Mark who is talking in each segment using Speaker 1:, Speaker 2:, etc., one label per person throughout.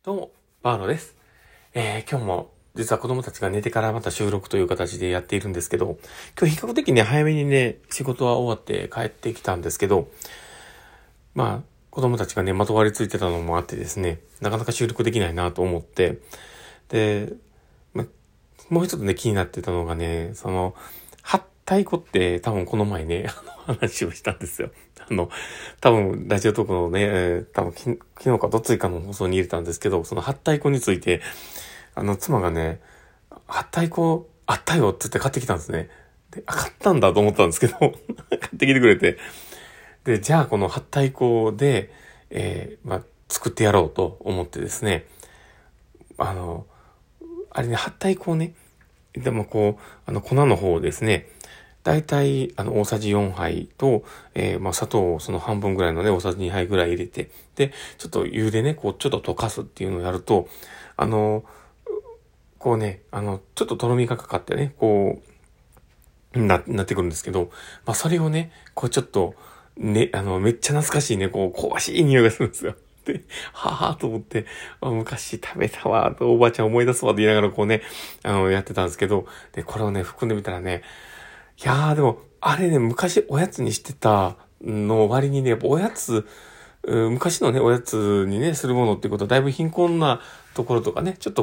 Speaker 1: どうも、バーノです。今日も実は子供たちが寝てからまた収録という形でやっているんですけど、今日比較的ね、早めにね、仕事は終わって帰ってきたんですけど、子供たちがね、まとわりついてたのもあってですね、なかなか収録できないなと思って、で、もう一つね、気になってたのがね、はったいこって多分この前ね、話をしたんですよ。多分ラジオトークのね、多分昨日かどっついかの放送に入れたんですけど、そのはったいこについて、妻がね、はったいこあったよって言って買ってきたんですね。で、買ったんだと思ったんですけど、買ってきてくれて。で、じゃあこのはったいこで、作ってやろうと思ってですね、あれね、はったいこをね、でも粉の方をですね、だいたい、大さじ4杯と、砂糖をその半分ぐらいのね、大さじ2杯ぐらい入れて、で、ちょっと湯でね、ちょっと溶かすっていうのをやると、ちょっととろみがかかってね、なってくるんですけど、それをね、ちょっと、ね、めっちゃ懐かしいね、香ばしい匂いがするんですよ。で、はぁと思って、昔食べたわ、とおばあちゃん思い出すわ、と言いながらやってたんですけど、で、これをね、含んでみたらね、いやーでも、あれね、昔おやつにしてたの割にね、やっぱおやつ、昔のね、おやつにね、するものっていうことはだいぶ貧困なところとかね、ちょっと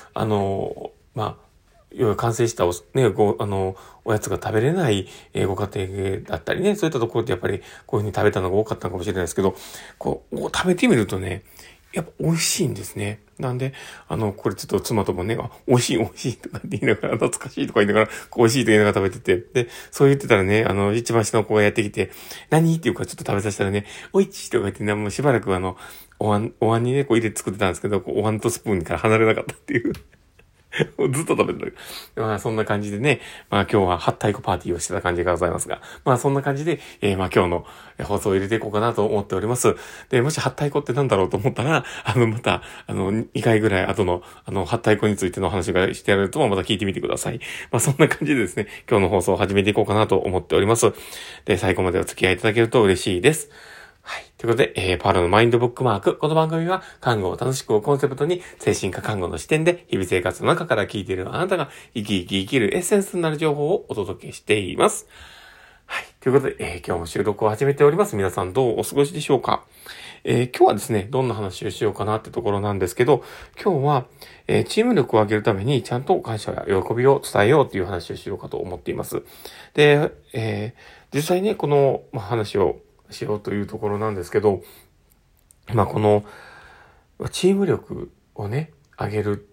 Speaker 1: 要は完成したおやつが食べれない、ご家庭だったりね、そういったところでやっぱりこういうふうに食べたのが多かったのかもしれないですけど、食べてみるとね、やっぱ美味しいんですね。なんで、これちょっと妻ともね、美味しい美味しいとかって言いながら、懐かしいとか言いながら、美味しいと言いながら食べてて、で、そう言ってたらね、一番下の子がやってきて、何っていうかちょっと食べさせたらね、おいちとか言ってね、もうしばらくお椀にね、入れて作ってたんですけど、お椀とスプーンから離れなかったっていう。ずっと食べてた。そんな感じでね、今日ははったいこパーティーをしてた感じがございますが、そんな感じで、今日の放送を入れていこうかなと思っております。で、もしはったいこってなんだろうと思ったら、また、2回ぐらい後の、はったいこについての話がしてやるとまた聞いてみてください。そんな感じでですね、今日の放送を始めていこうかなと思っております。で、最後までお付き合いいただけると嬉しいです。はい。ということで、パールのマインドブックマーク。この番組は、看護を楽しくをコンセプトに、精神科看護の視点で、日々生活の中から聞いているあなたが、生き生き生きるエッセンスになる情報をお届けしています。はい。ということで、今日も収録を始めております。皆さんどうお過ごしでしょうか？今日はですね、どんな話をしようかなってところなんですけど、今日は、チーム力を上げるために、ちゃんと感謝や喜びを伝えようという話をしようかと思っています。で、実際ね、この話をしようというところなんですけど、このチーム力をね、上げるって、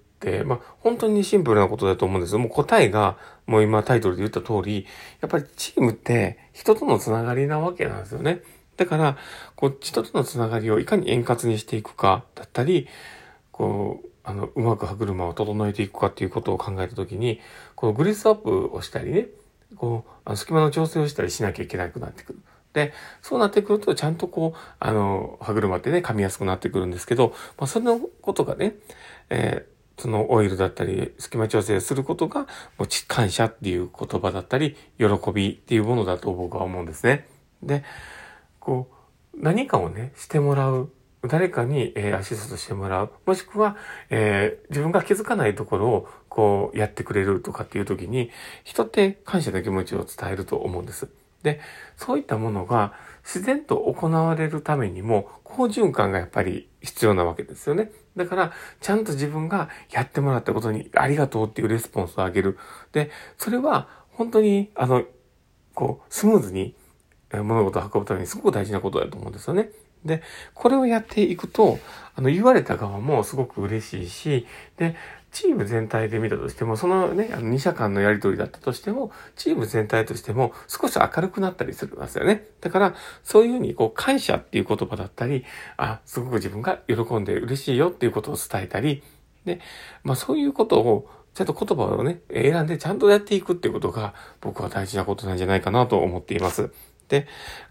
Speaker 1: 本当にシンプルなことだと思うんですよ。もう答えが、もう今タイトルで言った通り、やっぱりチームって人とのつながりなわけなんですよね。だから、人とのつながりをいかに円滑にしていくかだったり、うまく歯車を整えていくかっていうことを考えたときに、グリスアップをしたりね、隙間の調整をしたりしなきゃいけなくなってくる。で、そうなってくると、ちゃんと歯車ってね、噛みやすくなってくるんですけど、そのことがね、そのオイルだったり、隙間調整することが、感謝っていう言葉だったり、喜びっていうものだと僕は思うんですね。で、何かをね、してもらう。誰かに、アシストしてもらう。もしくは、自分が気づかないところを、やってくれるとかっていう時に、人って感謝の気持ちを伝えると思うんです。で、そういったものが自然と行われるためにも、好循環がやっぱり必要なわけですよね。だから、ちゃんと自分がやってもらったことにありがとうっていうレスポンスをあげる。で、それは本当に、スムーズに物事を運ぶためにすごく大事なことだと思うんですよね。で、これをやっていくと、言われた側もすごく嬉しいし、で、チーム全体で見たとしても、そのね、二者間のやりとりだったとしても、チーム全体としても少し明るくなったりするんですよね。だから、そういうふうに、感謝っていう言葉だったり、すごく自分が喜んで嬉しいよっていうことを伝えたり、で、そういうことを、ちゃんと言葉をね、選んでちゃんとやっていくっていうことが、僕は大事なことなんじゃないかなと思っています。で、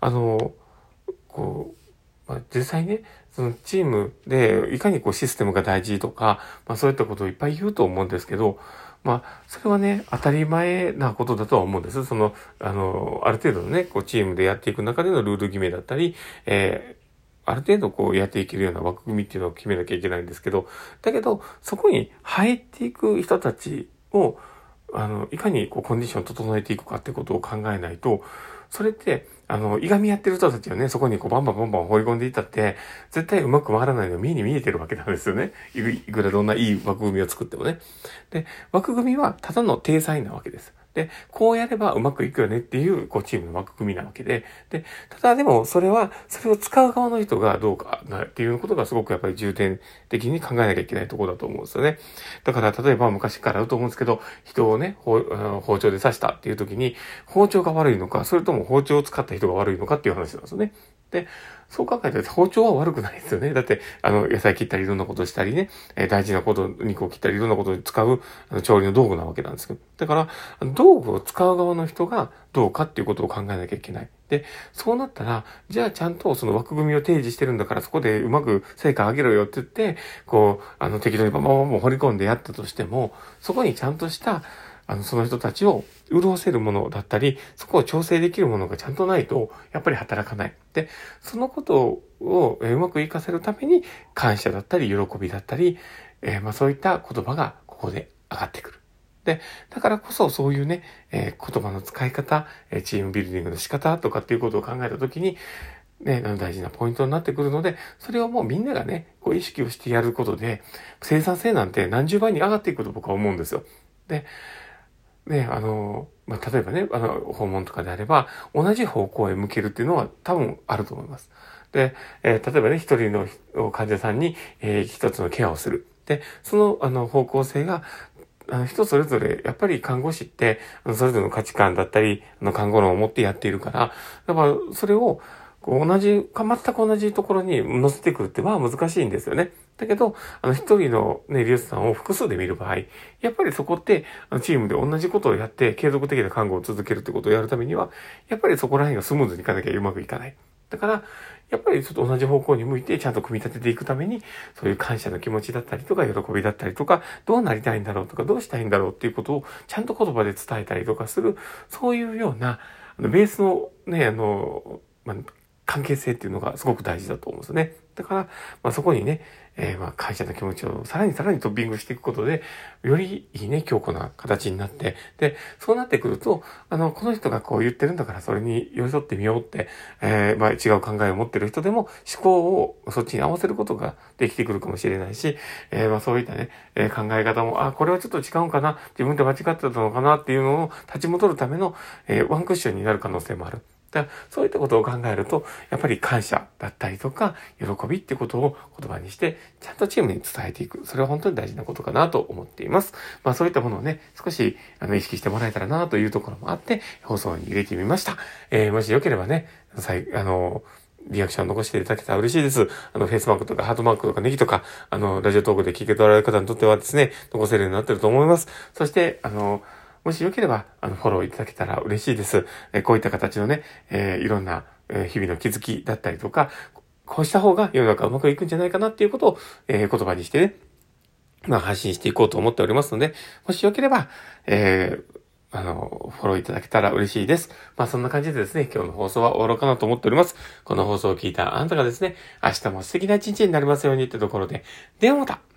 Speaker 1: 実際ね、そのチームでいかにシステムが大事とか、そういったことをいっぱい言うと思うんですけど、それはね、当たり前なことだとは思うんです。ある程度のね、チームでやっていく中でのルール決めだったり、 ある程度こうやっていけるような枠組みっていうのを決めなきゃいけないんですけど、だけど、そこに入っていく人たちを、いかにこうコンディションを整えていくかってことを考えないと、それって、いがみやってる人たちをね、そこにこうバンバンバンバン放り込んでいったって、絶対うまく回らないのが見えてるわけなんですよね。いくらどんないい枠組みを作ってもね。で、枠組みはただの体裁なわけです。で、こうやればうまくいくよねっていう、こう、チームの枠組みなわけで、で、ただでも、それを使う側の人がどうかなっていうことがすごくやっぱり重点的に考えなきゃいけないところだと思うんですよね。だから、例えば昔からあると思うんですけど、人をね、包丁で刺したっていう時に、包丁が悪いのか、それとも包丁を使った人が悪いのかっていう話なんですよね。で、そう考えたら包丁は悪くないですよね。だって、野菜切ったりいろんなことしたりね、大事なこと、肉を切ったりいろんなことに使う、調理の道具なわけなんですけど。だから、道具を使う側の人がどうかっていうことを考えなきゃいけない。で、そうなったら、じゃあちゃんとその枠組みを提示してるんだから、そこでうまく成果上げろよって言って、こう、適当にバンバンバンバン掘り込んでやったとしても、そこにちゃんとした、その人たちを潤せるものだったり、そこを調整できるものがちゃんとないと、やっぱり働かない。で、そのことをうまく活かせるために、感謝だったり、喜びだったり、そういった言葉がここで上がってくる。で、だからこそそういうね、言葉の使い方、チームビルディングの仕方とかっていうことを考えたときに、ね、大事なポイントになってくるので、それをもうみんながね、こう意識をしてやることで、生産性なんて何十倍に上がっていくと僕は思うんですよ。で、ね、例えばね、訪問とかであれば、同じ方向へ向けるっていうのは多分あると思います。で、例えばね、一人の患者さんに、一つのケアをする。で、その、方向性が、人それぞれ、やっぱり看護師って、それぞれの価値観だったり、看護論を持ってやっているから、だから、それを、こう全く同じところに乗せてくるってまあ難しいんですよね。だけど、一人のね、利用者さんを複数で見る場合、やっぱりそこって、チームで同じことをやって、継続的な看護を続けるってことをやるためには、やっぱりそこら辺がスムーズにいかなきゃうまくいかない。だから、やっぱりちょっと同じ方向に向いて、ちゃんと組み立てていくために、そういう感謝の気持ちだったりとか、喜びだったりとか、どうなりたいんだろうとか、どうしたいんだろうっていうことを、ちゃんと言葉で伝えたりとかする、そういうような、ベースのね、関係性っていうのがすごく大事だと思うんですよね。だから、そこにね、感謝の気持ちをさらにトッピングしていくことで、よりいいね、強固な形になって、で、そうなってくると、この人がこう言ってるんだからそれに寄り添ってみようって、違う考えを持ってる人でも思考をそっちに合わせることができてくるかもしれないし、そういったね、考え方も、これはちょっと違うんかな、自分で間違ってたのかなっていうのを立ち戻るための、ワンクッションになる可能性もある。だからそういったことを考えると、やっぱり感謝だったりとか、喜びってことを言葉にして、ちゃんとチームに伝えていく。それは本当に大事なことかなと思っています。そういったものをね、少し、意識してもらえたらなというところもあって、放送に入れてみました。もしよければね、リアクション残していただけたら嬉しいです。フェイスマークとかハートマークとかネギとか、ラジオトークで聞けておられる方にとってはですね、残せるようになってると思います。そして、もしよければ、フォローいただけたら嬉しいです。こういった形のね、いろんな、日々の気づきだったりとか、こうした方が世の中うまくいくんじゃないかなっていうことを、言葉にしてね、発信していこうと思っておりますので、もしよければ、フォローいただけたら嬉しいです。そんな感じでですね、今日の放送は終わろうかなと思っております。この放送を聞いたあなたがですね、明日も素敵な一日になりますようにってところで、ではまた